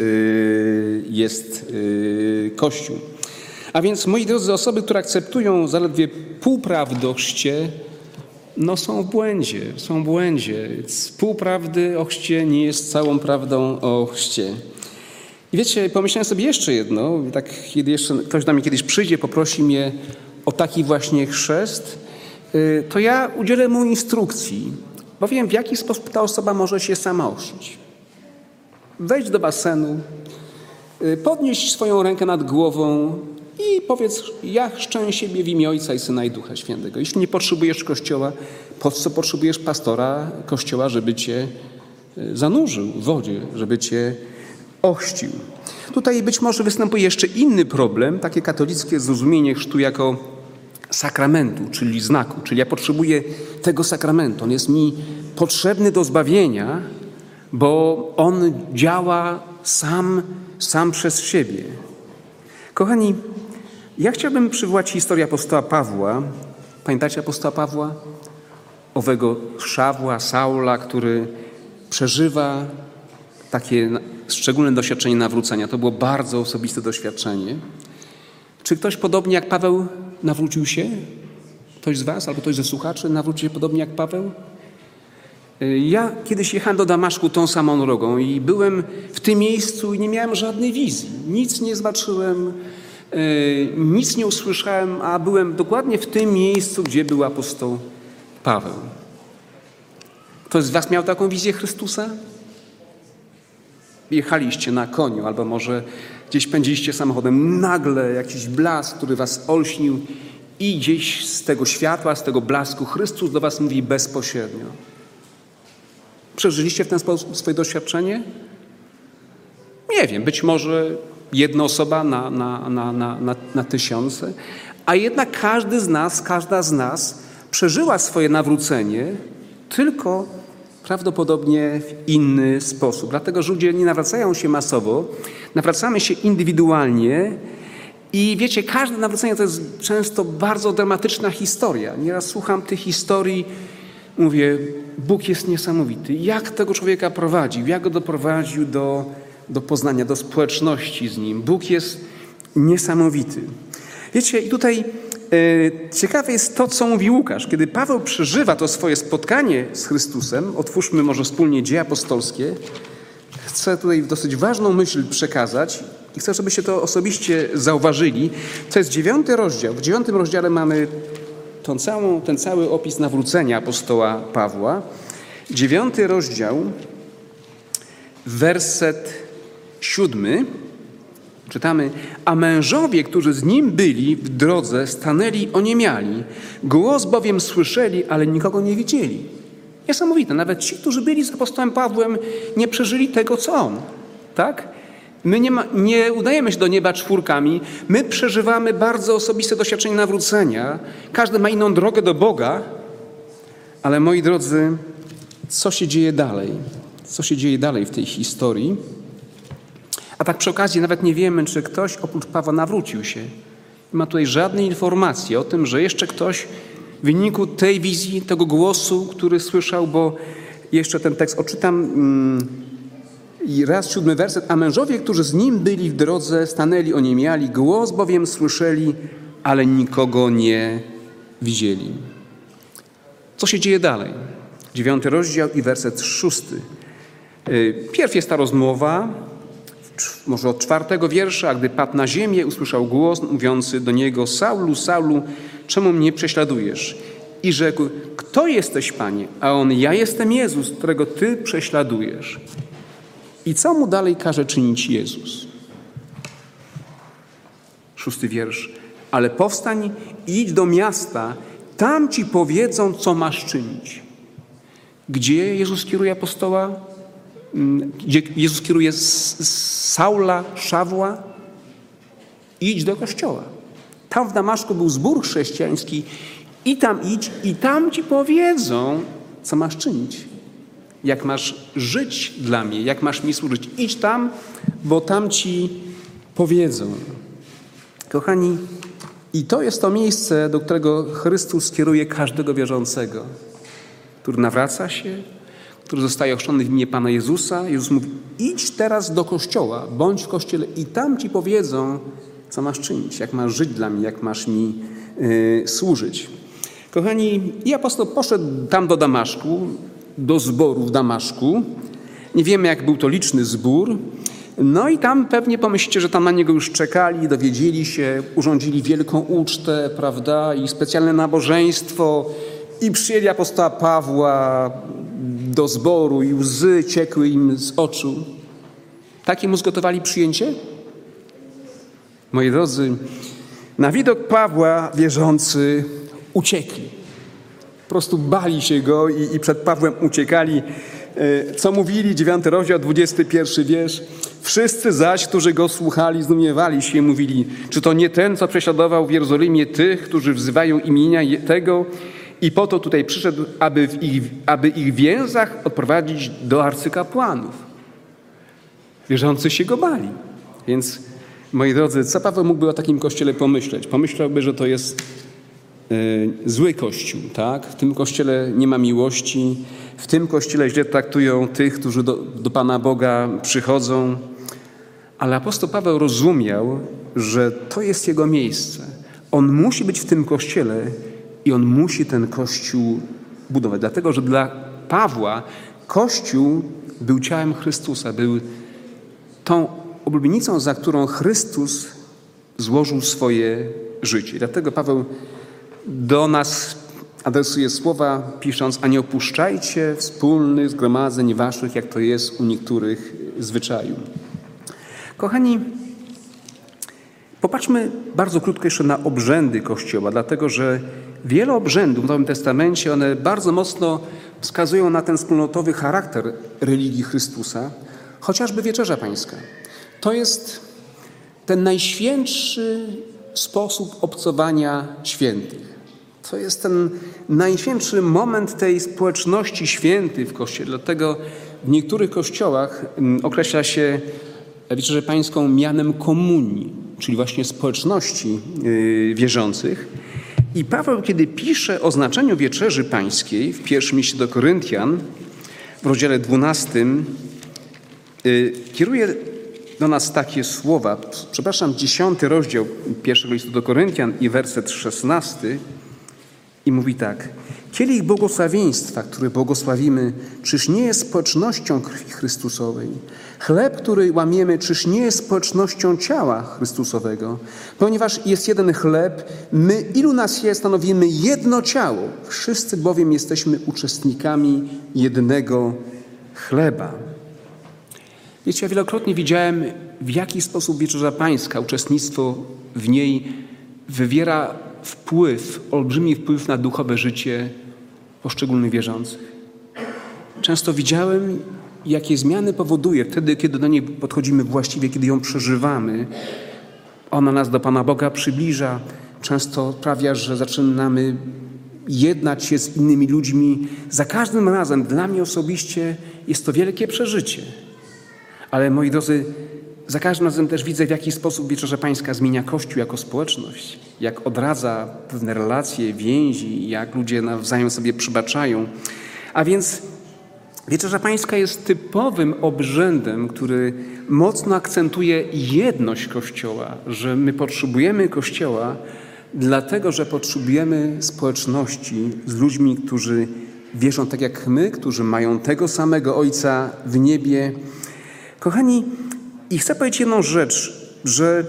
jest Kościół. A więc, moi drodzy, osoby, które akceptują zaledwie półprawdy o chrzcie, są w błędzie. Pół prawdy o chrzcie nie jest całą prawdą o chrzcie. I wiecie, pomyślałem sobie jeszcze jedno, tak kiedy jeszcze ktoś do mnie kiedyś przyjdzie, poprosi mnie o taki właśnie chrzest, to ja udzielę mu instrukcji, bo wiem, w jaki sposób ta osoba może się sama ochrzcić. wejdź do basenu, podnieś swoją rękę nad głową i powiedz: ja chrzczę siebie w imię Ojca i Syna i Ducha Świętego. Jeśli nie potrzebujesz Kościoła, po co potrzebujesz pastora Kościoła, żeby cię zanurzył w wodzie, żeby cię ochrzcił? Tutaj być może występuje jeszcze inny problem, takie katolickie zrozumienie chrztu jako sakramentu, czyli znaku. Czyli ja potrzebuję tego sakramentu. On jest mi potrzebny do zbawienia, bo on działa sam przez siebie. Kochani, ja chciałbym przywołać historię apostoła Pawła. Pamiętacie apostoła Pawła? Owego Szawła, Saula, który przeżywa takie szczególne doświadczenie nawrócenia. To było bardzo osobiste doświadczenie. Czy ktoś podobnie jak Paweł nawrócił się? Ktoś z was albo ktoś ze słuchaczy nawrócił się podobnie jak Paweł? Ja kiedyś jechałem do Damaszku tą samą drogą i byłem w tym miejscu i nie miałem żadnej wizji. Nic nie zobaczyłem, nic nie usłyszałem, a byłem dokładnie w tym miejscu, gdzie był apostoł Paweł. Ktoś z was miał taką wizję Chrystusa? Jechaliście na koniu albo może gdzieś pędziliście samochodem. Nagle jakiś blask, który was olśnił i gdzieś z tego światła, z tego blasku Chrystus do was mówi bezpośrednio. Przeżyliście w ten sposób swoje doświadczenie? Nie wiem, być może jedna osoba na tysiące, a jednak każda z nas przeżyła swoje nawrócenie tylko prawdopodobnie w inny sposób. Dlatego, że ludzie nie nawracają się masowo, nawracamy się indywidualnie i wiecie, każde nawrócenie to jest często bardzo dramatyczna historia. Nieraz słucham tych historii, mówię, Bóg jest niesamowity. Jak tego człowieka prowadził, jak go doprowadził do poznania, do społeczności z Nim. Bóg jest niesamowity. Wiecie, i tutaj ciekawe jest to, co mówi Łukasz. Kiedy Paweł przeżywa to swoje spotkanie z Chrystusem, otwórzmy może wspólnie Dzieje Apostolskie, chcę tutaj dosyć ważną myśl przekazać i chcę, żebyście to osobiście zauważyli. To jest 9 rozdział. W 9 rozdziale mamy ten cały opis nawrócenia apostoła Pawła. 9 rozdział, werset 7. Czytamy: a mężowie, którzy z nim byli w drodze, stanęli oniemiali. Głos bowiem słyszeli, ale nikogo nie widzieli. Niesamowite. Nawet ci, którzy byli z apostołem Pawłem, nie przeżyli tego, co on. Tak? My nie udajemy się do nieba czwórkami. My przeżywamy bardzo osobiste doświadczenie nawrócenia. Każdy ma inną drogę do Boga. Ale moi drodzy, co się dzieje dalej? Co się dzieje dalej w tej historii? A tak przy okazji nawet nie wiemy, czy ktoś oprócz Pawła nawrócił się. Nie ma tutaj żadnej informacji o tym, że jeszcze ktoś w wyniku tej wizji, tego głosu, który słyszał, bo jeszcze ten tekst odczytam i raz 7 werset. A mężowie, którzy z nim byli w drodze, stanęli oniemiali, głos bowiem słyszeli, ale nikogo nie widzieli. Co się dzieje dalej? 9 rozdział i werset 6. Pierw jest ta rozmowa, może od 4 wiersza, a gdy padł na ziemię, usłyszał głos mówiący do niego: Saulu, Saulu, czemu mnie prześladujesz? I rzekł: kto jesteś, Panie? A on: ja jestem Jezus, którego Ty prześladujesz. I co mu dalej każe czynić Jezus? 6 wiersz. Ale powstań i idź do miasta, tam Ci powiedzą, co masz czynić. Gdzie Jezus kieruje apostoła? Gdzie Jezus kieruje Saula, Szawła? Idź do kościoła. Tam w Damaszku był zbór chrześcijański i tam idź i tam Ci powiedzą, co masz czynić. Jak masz żyć dla mnie, jak masz mi służyć. Idź tam, bo tam Ci powiedzą. Kochani, i to jest to miejsce, do którego Chrystus kieruje każdego wierzącego, który nawraca się, który zostaje ochrzczony w imię Pana Jezusa. Jezus mówi: idź teraz do kościoła, bądź w kościele i tam Ci powiedzą, co masz czynić, jak masz żyć dla mnie, jak masz mi służyć. Kochani, i apostoł poszedł tam do Damaszku, do zboru w Damaszku. Nie wiemy, jak był to liczny zbór. No i tam pewnie pomyślicie, że tam na niego już czekali, dowiedzieli się, urządzili wielką ucztę, prawda, i specjalne nabożeństwo i przyjęli apostoła Pawła do zboru i łzy ciekły im z oczu. Takie mu zgotowali przyjęcie? Moi drodzy, na widok Pawła wierzący uciekli. Po prostu bali się go i przed Pawłem uciekali. Co mówili? 9 rozdział, 21 wiersz. Wszyscy zaś, którzy go słuchali, zdumiewali się i mówili, czy to nie ten, co prześladował w Jerozolimie tych, którzy wzywają imienia tego i po to tutaj przyszedł, aby ich w więzach odprowadzić do arcykapłanów. Wierzący się go bali. Więc, moi drodzy, co Paweł mógłby o takim kościele pomyśleć? Pomyślałby, że to jest zły kościół, tak? W tym kościele nie ma miłości, w tym kościele źle traktują tych, którzy do Pana Boga przychodzą. Ale apostoł Paweł rozumiał, że to jest jego miejsce. On musi być w tym kościele i on musi ten kościół budować. Dlatego, że dla Pawła kościół był ciałem Chrystusa, był tą oblubienicą, za którą Chrystus złożył swoje życie. Dlatego Paweł do nas adresuje słowa, pisząc, a nie opuszczajcie wspólnych zgromadzeń waszych, jak to jest u niektórych zwyczaju. Kochani, popatrzmy bardzo krótko jeszcze na obrzędy Kościoła, dlatego że wiele obrzędów w Nowym Testamencie, one bardzo mocno wskazują na ten wspólnotowy charakter religii Chrystusa, chociażby Wieczerza Pańska. To jest ten najświętszy sposób obcowania świętych. To jest ten najświętszy moment tej społeczności świętych w Kościele. Dlatego w niektórych kościołach określa się Wieczerzę Pańską mianem komunii, czyli właśnie społeczności wierzących. I Paweł, kiedy pisze o znaczeniu Wieczerzy Pańskiej w pierwszym liście do Koryntian, w rozdziale 12, kieruje do nas takie słowa. 10 rozdział pierwszego listu do Koryntian i werset 16 i mówi tak. Kielich błogosławieństwa, który błogosławimy, czyż nie jest społecznością krwi Chrystusowej? Chleb, który łamiemy, czyż nie jest społecznością ciała Chrystusowego? Ponieważ jest jeden chleb, my, ilu nas jest, stanowimy jedno ciało. Wszyscy bowiem jesteśmy uczestnikami jednego chleba. Wiecie, ja wielokrotnie widziałem, w jaki sposób Wieczerza Pańska, uczestnictwo w niej wywiera olbrzymi wpływ na duchowe życie poszczególnych wierzących. Często widziałem, jakie zmiany powoduje wtedy, kiedy do niej podchodzimy właściwie, kiedy ją przeżywamy. Ona nas do Pana Boga przybliża. Często sprawia, że zaczynamy jednać się z innymi ludźmi. Za każdym razem dla mnie osobiście jest to wielkie przeżycie. Ale moi drodzy, za każdym razem też widzę, w jaki sposób Wieczerza Pańska zmienia Kościół jako społeczność, jak odradza pewne relacje, więzi, jak ludzie nawzajem sobie przybaczają. A więc Wieczerza Pańska jest typowym obrzędem, który mocno akcentuje jedność Kościoła, że my potrzebujemy Kościoła, dlatego że potrzebujemy społeczności z ludźmi, którzy wierzą tak jak my, którzy mają tego samego Ojca w niebie. Kochani, i chcę powiedzieć jedną rzecz, że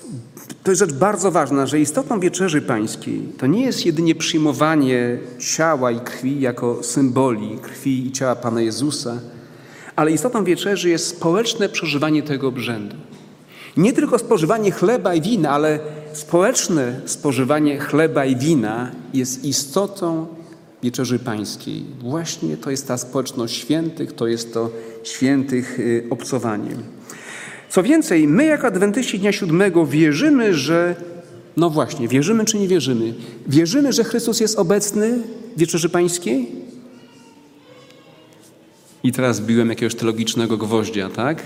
to jest rzecz bardzo ważna, że istotą Wieczerzy Pańskiej to nie jest jedynie przyjmowanie ciała i krwi jako symboli krwi i ciała Pana Jezusa, ale istotą Wieczerzy jest społeczne przeżywanie tego obrzędu. Nie tylko spożywanie chleba i wina, ale społeczne spożywanie chleba i wina jest istotą Wieczerzy Pańskiej. Właśnie to jest ta społeczność świętych, to jest to świętych obcowanie. Co więcej, my jako adwentyści Dnia Siódmego wierzymy, że... No właśnie, wierzymy czy nie wierzymy? Wierzymy, że Chrystus jest obecny w Wieczerzy Pańskiej? I teraz biłem jakiegoś teologicznego gwoździa, tak?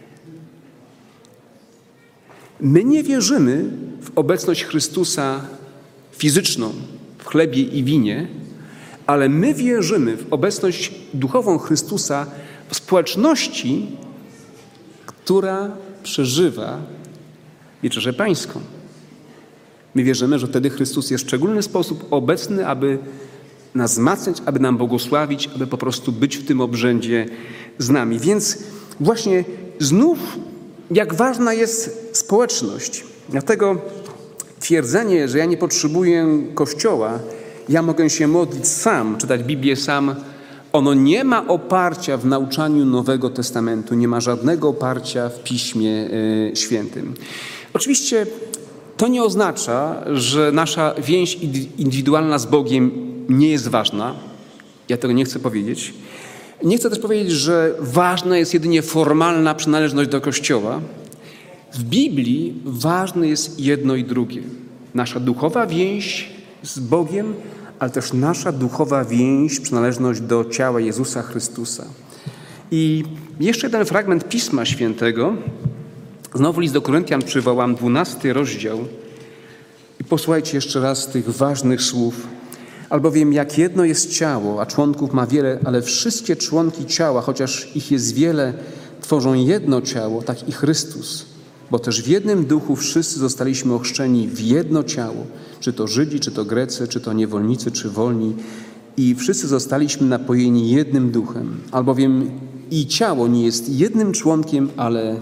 My nie wierzymy w obecność Chrystusa fizyczną w chlebie i winie, ale my wierzymy w obecność duchową Chrystusa w społeczności, która przeżywa Wieczerzę Pańską. My wierzymy, że wtedy Chrystus jest w szczególny sposób obecny, aby nas wzmacniać, aby nam błogosławić, aby po prostu być w tym obrzędzie z nami. Więc właśnie znów jak ważna jest społeczność. Dlatego twierdzenie, że ja nie potrzebuję Kościoła, ja mogę się modlić sam, czytać Biblię sam, Ono nie ma oparcia w nauczaniu Nowego Testamentu, nie ma żadnego oparcia w Piśmie Świętym. Oczywiście to nie oznacza, że nasza więź indywidualna z Bogiem nie jest ważna. Ja tego nie chcę powiedzieć. Nie chcę też powiedzieć, że ważna jest jedynie formalna przynależność do Kościoła. W Biblii ważne jest jedno i drugie. Nasza duchowa więź z Bogiem, ale też nasza duchowa więź, przynależność do ciała Jezusa Chrystusa. I jeszcze jeden fragment Pisma Świętego. Znowu list do Koryntian przywołam, 12 rozdział. I posłuchajcie jeszcze raz tych ważnych słów. Albowiem jak jedno jest ciało, a członków ma wiele, ale wszystkie członki ciała, chociaż ich jest wiele, tworzą jedno ciało, tak i Chrystus. Bo też w jednym duchu wszyscy zostaliśmy ochrzczeni w jedno ciało, czy to Żydzi, czy to Grecy, czy to niewolnicy, czy wolni. I wszyscy zostaliśmy napojeni jednym duchem. Albowiem i ciało nie jest jednym członkiem, ale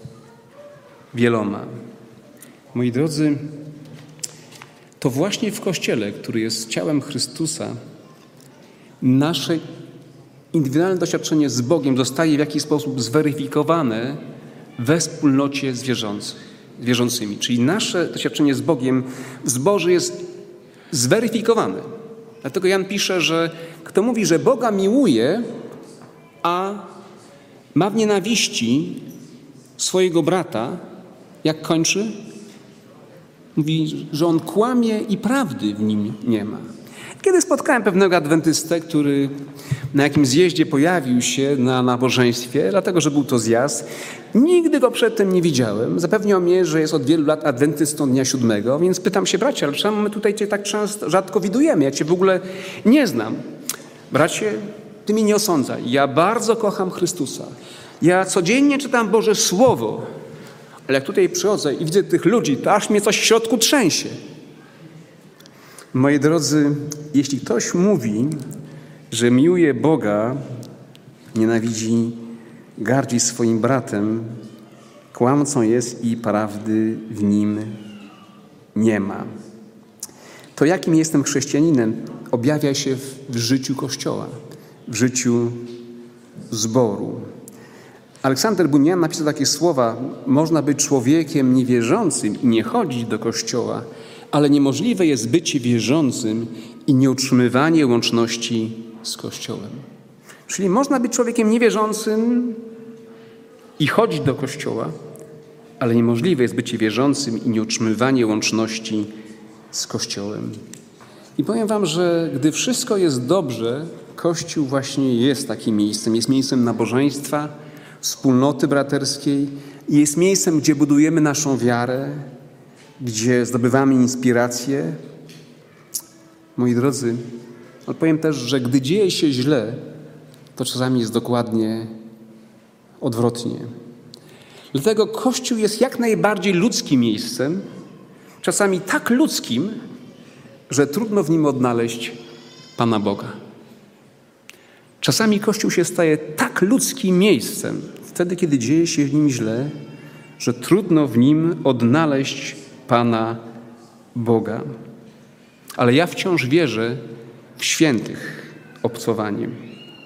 wieloma. Moi drodzy, to właśnie w Kościele, który jest ciałem Chrystusa, nasze indywidualne doświadczenie z Bogiem zostaje w jakiś sposób zweryfikowane we wspólnocie z wierzącymi. Czyli nasze doświadczenie z Bogiem w zborze jest zweryfikowane. Dlatego Jan pisze, że kto mówi, że Boga miłuje, a ma w nienawiści swojego brata, jak kończy? Mówi, że on kłamie i prawdy w nim nie ma. Kiedy spotkałem pewnego adwentystę, który na jakimś zjeździe pojawił się na nabożeństwie, dlatego że był to zjazd, nigdy go przedtem nie widziałem. Zapewniał mnie, że jest od wielu lat adwentystą dnia 7, więc pytam się, bracie, ale czemu my tutaj cię tak rzadko widujemy? Ja cię w ogóle nie znam. Bracie, ty mnie nie osądzaj. Ja bardzo kocham Chrystusa. Ja codziennie czytam Boże Słowo. Ale jak tutaj przychodzę i widzę tych ludzi, to aż mnie coś w środku trzęsie. Moi drodzy, jeśli ktoś mówi, że miłuje Boga, nienawidzi, gardzi swoim bratem, kłamcą jest i prawdy w nim nie ma. To jakim jestem chrześcijaninem objawia się w życiu Kościoła, w życiu zboru. Aleksander Bunian napisał takie słowa: można być człowiekiem niewierzącym i nie chodzić do kościoła, ale niemożliwe jest bycie wierzącym i nieutrzymywanie łączności z Kościołem. Czyli można być człowiekiem niewierzącym i chodzić do kościoła, ale niemożliwe jest bycie wierzącym i nieutrzymywanie łączności z Kościołem. I powiem wam, że gdy wszystko jest dobrze, Kościół właśnie jest takim miejscem. Jest miejscem nabożeństwa, wspólnoty braterskiej i jest miejscem, gdzie budujemy naszą wiarę, gdzie zdobywamy inspirację. Moi drodzy, ale powiem też, że gdy dzieje się źle, to czasami jest dokładnie odwrotnie. Dlatego Kościół jest jak najbardziej ludzkim miejscem, czasami tak ludzkim, że trudno w nim odnaleźć Pana Boga. Czasami Kościół się staje tak ludzkim miejscem, wtedy kiedy dzieje się w nim źle, że trudno w nim odnaleźć Pana Boga. Ale ja wciąż wierzę w świętych obcowaniem.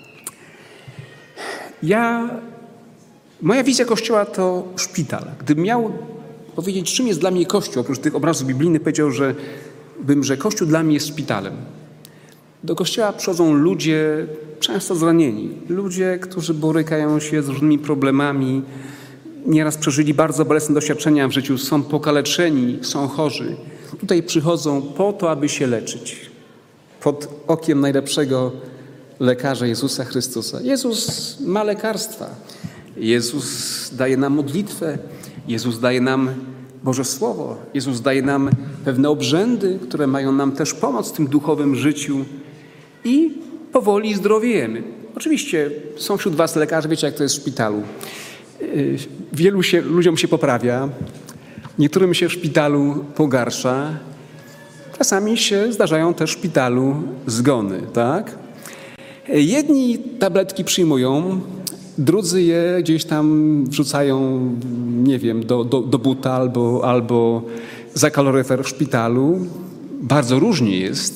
Moja wizja Kościoła to szpital. Gdybym miał powiedzieć, czym jest dla mnie Kościół, oprócz tych obrazów biblijnych, powiedział, że Kościół dla mnie jest szpitalem. Do Kościoła przychodzą ludzie często zranieni. Ludzie, którzy borykają się z różnymi problemami, nieraz przeżyli bardzo bolesne doświadczenia w życiu, są pokaleczeni, są chorzy. Tutaj przychodzą po to, aby się leczyć. Pod okiem najlepszego lekarza Jezusa Chrystusa. Jezus ma lekarstwa. Jezus daje nam modlitwę. Jezus daje nam Boże Słowo. Jezus daje nam pewne obrzędy, które mają nam też pomóc w tym duchowym życiu. I powoli zdrowiejemy. Oczywiście są wśród was lekarze, wiecie jak to jest w szpitalu. Wielu ludziom się poprawia, niektórym się w szpitalu pogarsza. Czasami się zdarzają też w szpitalu zgony, tak? Jedni tabletki przyjmują, drudzy je gdzieś tam wrzucają, nie wiem, do buta albo za kaloryfer w szpitalu. Bardzo różnie jest.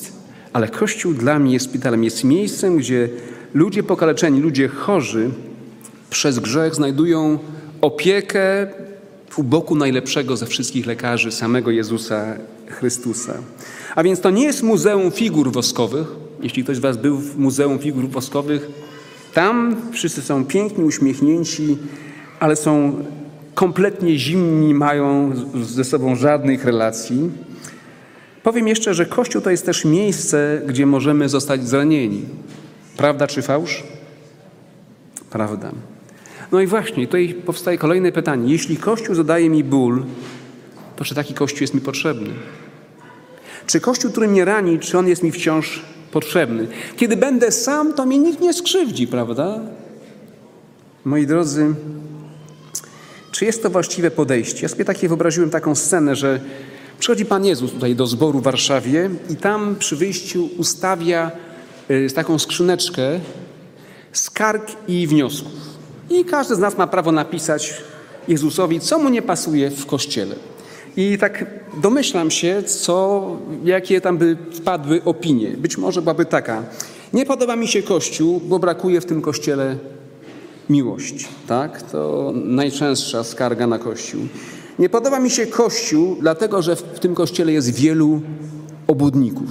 Ale Kościół dla mnie jest szpitalem, jest miejscem, gdzie ludzie pokaleczeni, ludzie chorzy przez grzech znajdują opiekę u boku najlepszego ze wszystkich lekarzy, samego Jezusa Chrystusa. A więc to nie jest muzeum figur woskowych. Jeśli ktoś z was był w muzeum figur woskowych, tam wszyscy są piękni, uśmiechnięci, ale są kompletnie zimni, nie mają ze sobą żadnych relacji. Powiem jeszcze, że Kościół to jest też miejsce, gdzie możemy zostać zranieni. Prawda czy fałsz? Prawda. No i właśnie, tutaj powstaje kolejne pytanie. Jeśli Kościół zadaje mi ból, to czy taki Kościół jest mi potrzebny? Czy Kościół, który mnie rani, czy on jest mi wciąż potrzebny? Kiedy będę sam, to mnie nikt nie skrzywdzi, prawda? Moi drodzy, czy jest to właściwe podejście? Ja sobie wyobraziłem taką scenę, że przychodzi Pan Jezus tutaj do zboru w Warszawie i tam przy wyjściu ustawia taką skrzyneczkę skarg i wniosków. I każdy z nas ma prawo napisać Jezusowi, co mu nie pasuje w Kościele. I tak domyślam się, jakie tam by wpadły opinie. Być może byłaby taka: nie podoba mi się Kościół, bo brakuje w tym Kościele miłości. Tak? To najczęstsza skarga na Kościół. Nie podoba mi się Kościół, dlatego że w tym Kościele jest wielu obłudników.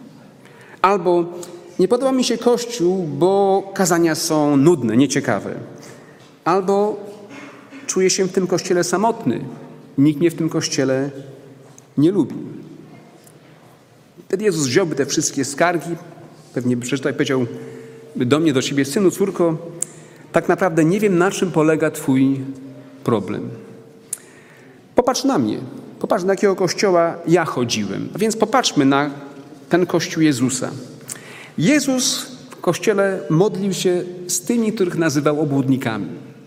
Albo nie podoba mi się Kościół, bo kazania są nudne, nieciekawe. Albo czuję się w tym Kościele samotny. Nikt mnie w tym Kościele nie lubi. Wtedy Jezus wziąłby te wszystkie skargi, pewnie by przeczytał i powiedział do mnie, do ciebie: synu, córko, tak naprawdę nie wiem, na czym polega twój problem. Popatrz na mnie. Popatrz, do jakiego Kościoła ja chodziłem. A więc popatrzmy na ten Kościół Jezusa. Jezus w Kościele modlił się z tymi, których nazywał obłudnikami.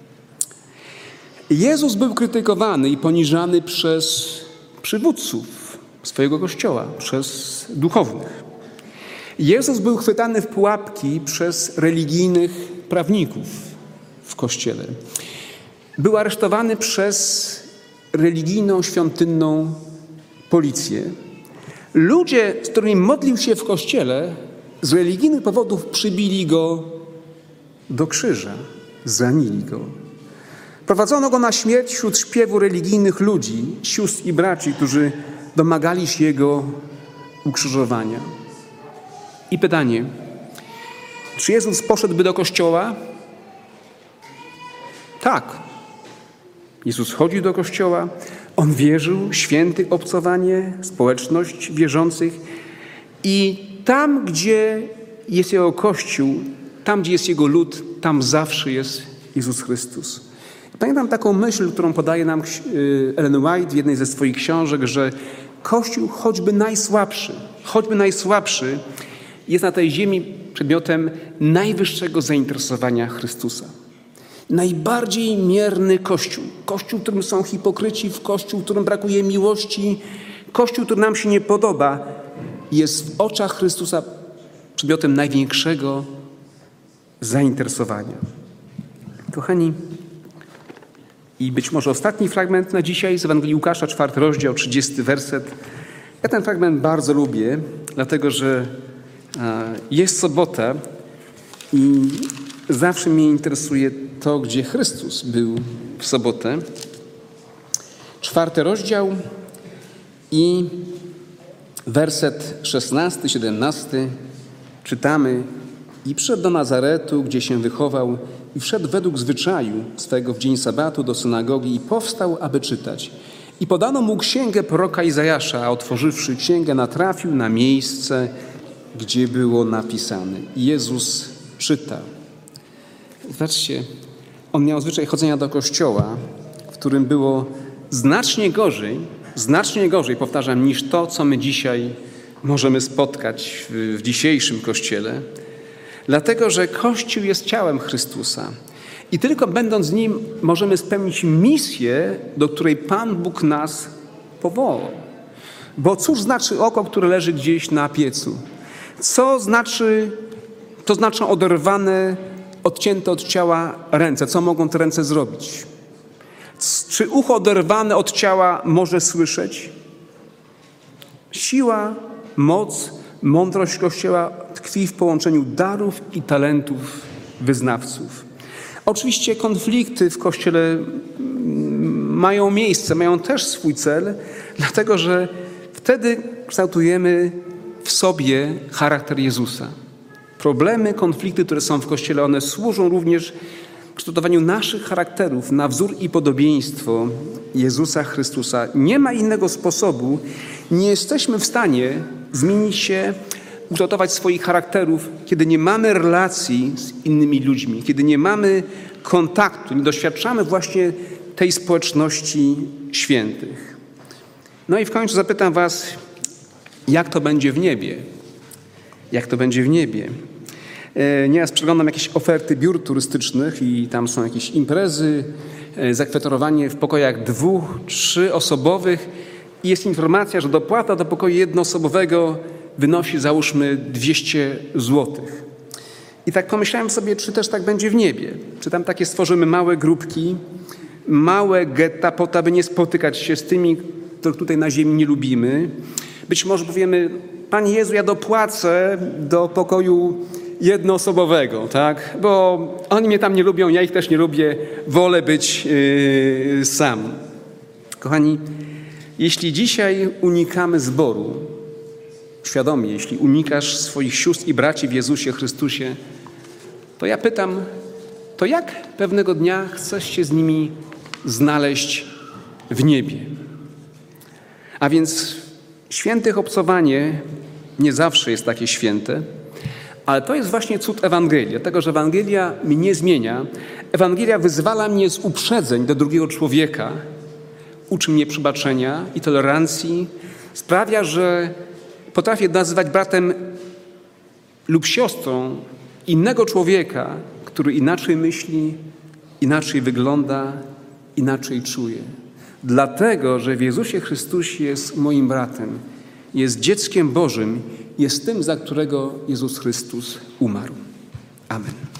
Jezus był krytykowany i poniżany przez przywódców swojego Kościoła, przez duchownych. Jezus był chwytany w pułapki przez religijnych prawników w Kościele. Był aresztowany przez religijną, świątynną policję. Ludzie, z którymi modlił się w Kościele, z religijnych powodów przybili go do krzyża, zranili go. Prowadzono go na śmierć wśród śpiewu religijnych ludzi, sióstr i braci, którzy domagali się jego ukrzyżowania. I pytanie: czy Jezus poszedłby do kościoła? Tak. Jezus chodził do kościoła, on wierzył, święty, obcowanie, społeczność wierzących i tam, gdzie jest jego Kościół, tam, gdzie jest jego lud, tam zawsze jest Jezus Chrystus. Pamiętam taką myśl, którą podaje nam Ellen White w jednej ze swoich książek, że Kościół, choćby najsłabszy, jest na tej ziemi przedmiotem najwyższego zainteresowania Chrystusa. Najbardziej mierny Kościół. Kościół, w którym są hipokryci, w Kościół, w którym brakuje miłości, Kościół, który nam się nie podoba, jest w oczach Chrystusa przedmiotem największego zainteresowania. Kochani, i być może ostatni fragment na dzisiaj z Ewangelii Łukasza, 4 rozdział, 30 werset. Ja ten fragment bardzo lubię, dlatego że jest sobota i zawsze mnie interesuje to, gdzie Chrystus był w sobotę. 4 rozdział i werset 16, 17 czytamy: i przyszedł do Nazaretu, gdzie się wychował, i wszedł według zwyczaju swego w dzień sabatu do synagogi i powstał, aby czytać. I podano mu księgę proroka Izajasza, a otworzywszy księgę, natrafił na miejsce, gdzie było napisane. I Jezus czyta. Zobaczcie, on miał zwyczaj chodzenia do kościoła, w którym było znacznie gorzej, powtarzam, niż to, co my dzisiaj możemy spotkać w dzisiejszym Kościele. Dlatego, że Kościół jest ciałem Chrystusa i tylko będąc z Nim możemy spełnić misję, do której Pan Bóg nas powołał. Bo cóż znaczy oko, które leży gdzieś na piecu? To znaczą oderwane, odcięte od ciała ręce. Co mogą te ręce zrobić? Czy ucho oderwane od ciała może słyszeć? Siła, moc Mądrość Kościoła tkwi w połączeniu darów i talentów wyznawców. Oczywiście konflikty w Kościele mają miejsce, mają też swój cel, dlatego że wtedy kształtujemy w sobie charakter Jezusa. Problemy, konflikty, które są w Kościele, one służą również kształtowaniu naszych charakterów na wzór i podobieństwo Jezusa Chrystusa. Nie ma innego sposobu. Nie jesteśmy w stanie zmienić się, ukształtować swoich charakterów, kiedy nie mamy relacji z innymi ludźmi, kiedy nie mamy kontaktu, nie doświadczamy właśnie tej społeczności świętych. No i w końcu zapytam was, jak to będzie w niebie? Jak to będzie w niebie? Nieraz przeglądam jakieś oferty biur turystycznych i tam są jakieś imprezy, zakwaterowanie w pokojach 2-, 3-osobowych i jest informacja, że dopłata do pokoju jednoosobowego wynosi załóżmy 200 zł. I tak pomyślałem sobie, czy też tak będzie w niebie. Czy tam takie stworzymy małe grupki, małe getta po to, aby nie spotykać się z tymi, których tutaj na ziemi nie lubimy. Być może powiemy, Panie Jezu, ja dopłacę do pokoju jednoosobowego, tak? Bo oni mnie tam nie lubią, ja ich też nie lubię, wolę być sam. Kochani, jeśli dzisiaj unikamy zboru, świadomie, jeśli unikasz swoich sióstr i braci w Jezusie Chrystusie, to ja pytam, to jak pewnego dnia chcesz się z nimi znaleźć w niebie? A więc świętych obcowanie nie zawsze jest takie święte, ale to jest właśnie cud Ewangelii, dlatego że Ewangelia mnie zmienia. Ewangelia wyzwala mnie z uprzedzeń do drugiego człowieka, uczy mnie przebaczenia i tolerancji, sprawia, że potrafię nazywać bratem lub siostrą innego człowieka, który inaczej myśli, inaczej wygląda, inaczej czuje. Dlatego, że w Jezusie Chrystusie jest moim bratem, jest dzieckiem Bożym, jest tym, za którego Jezus Chrystus umarł. Amen.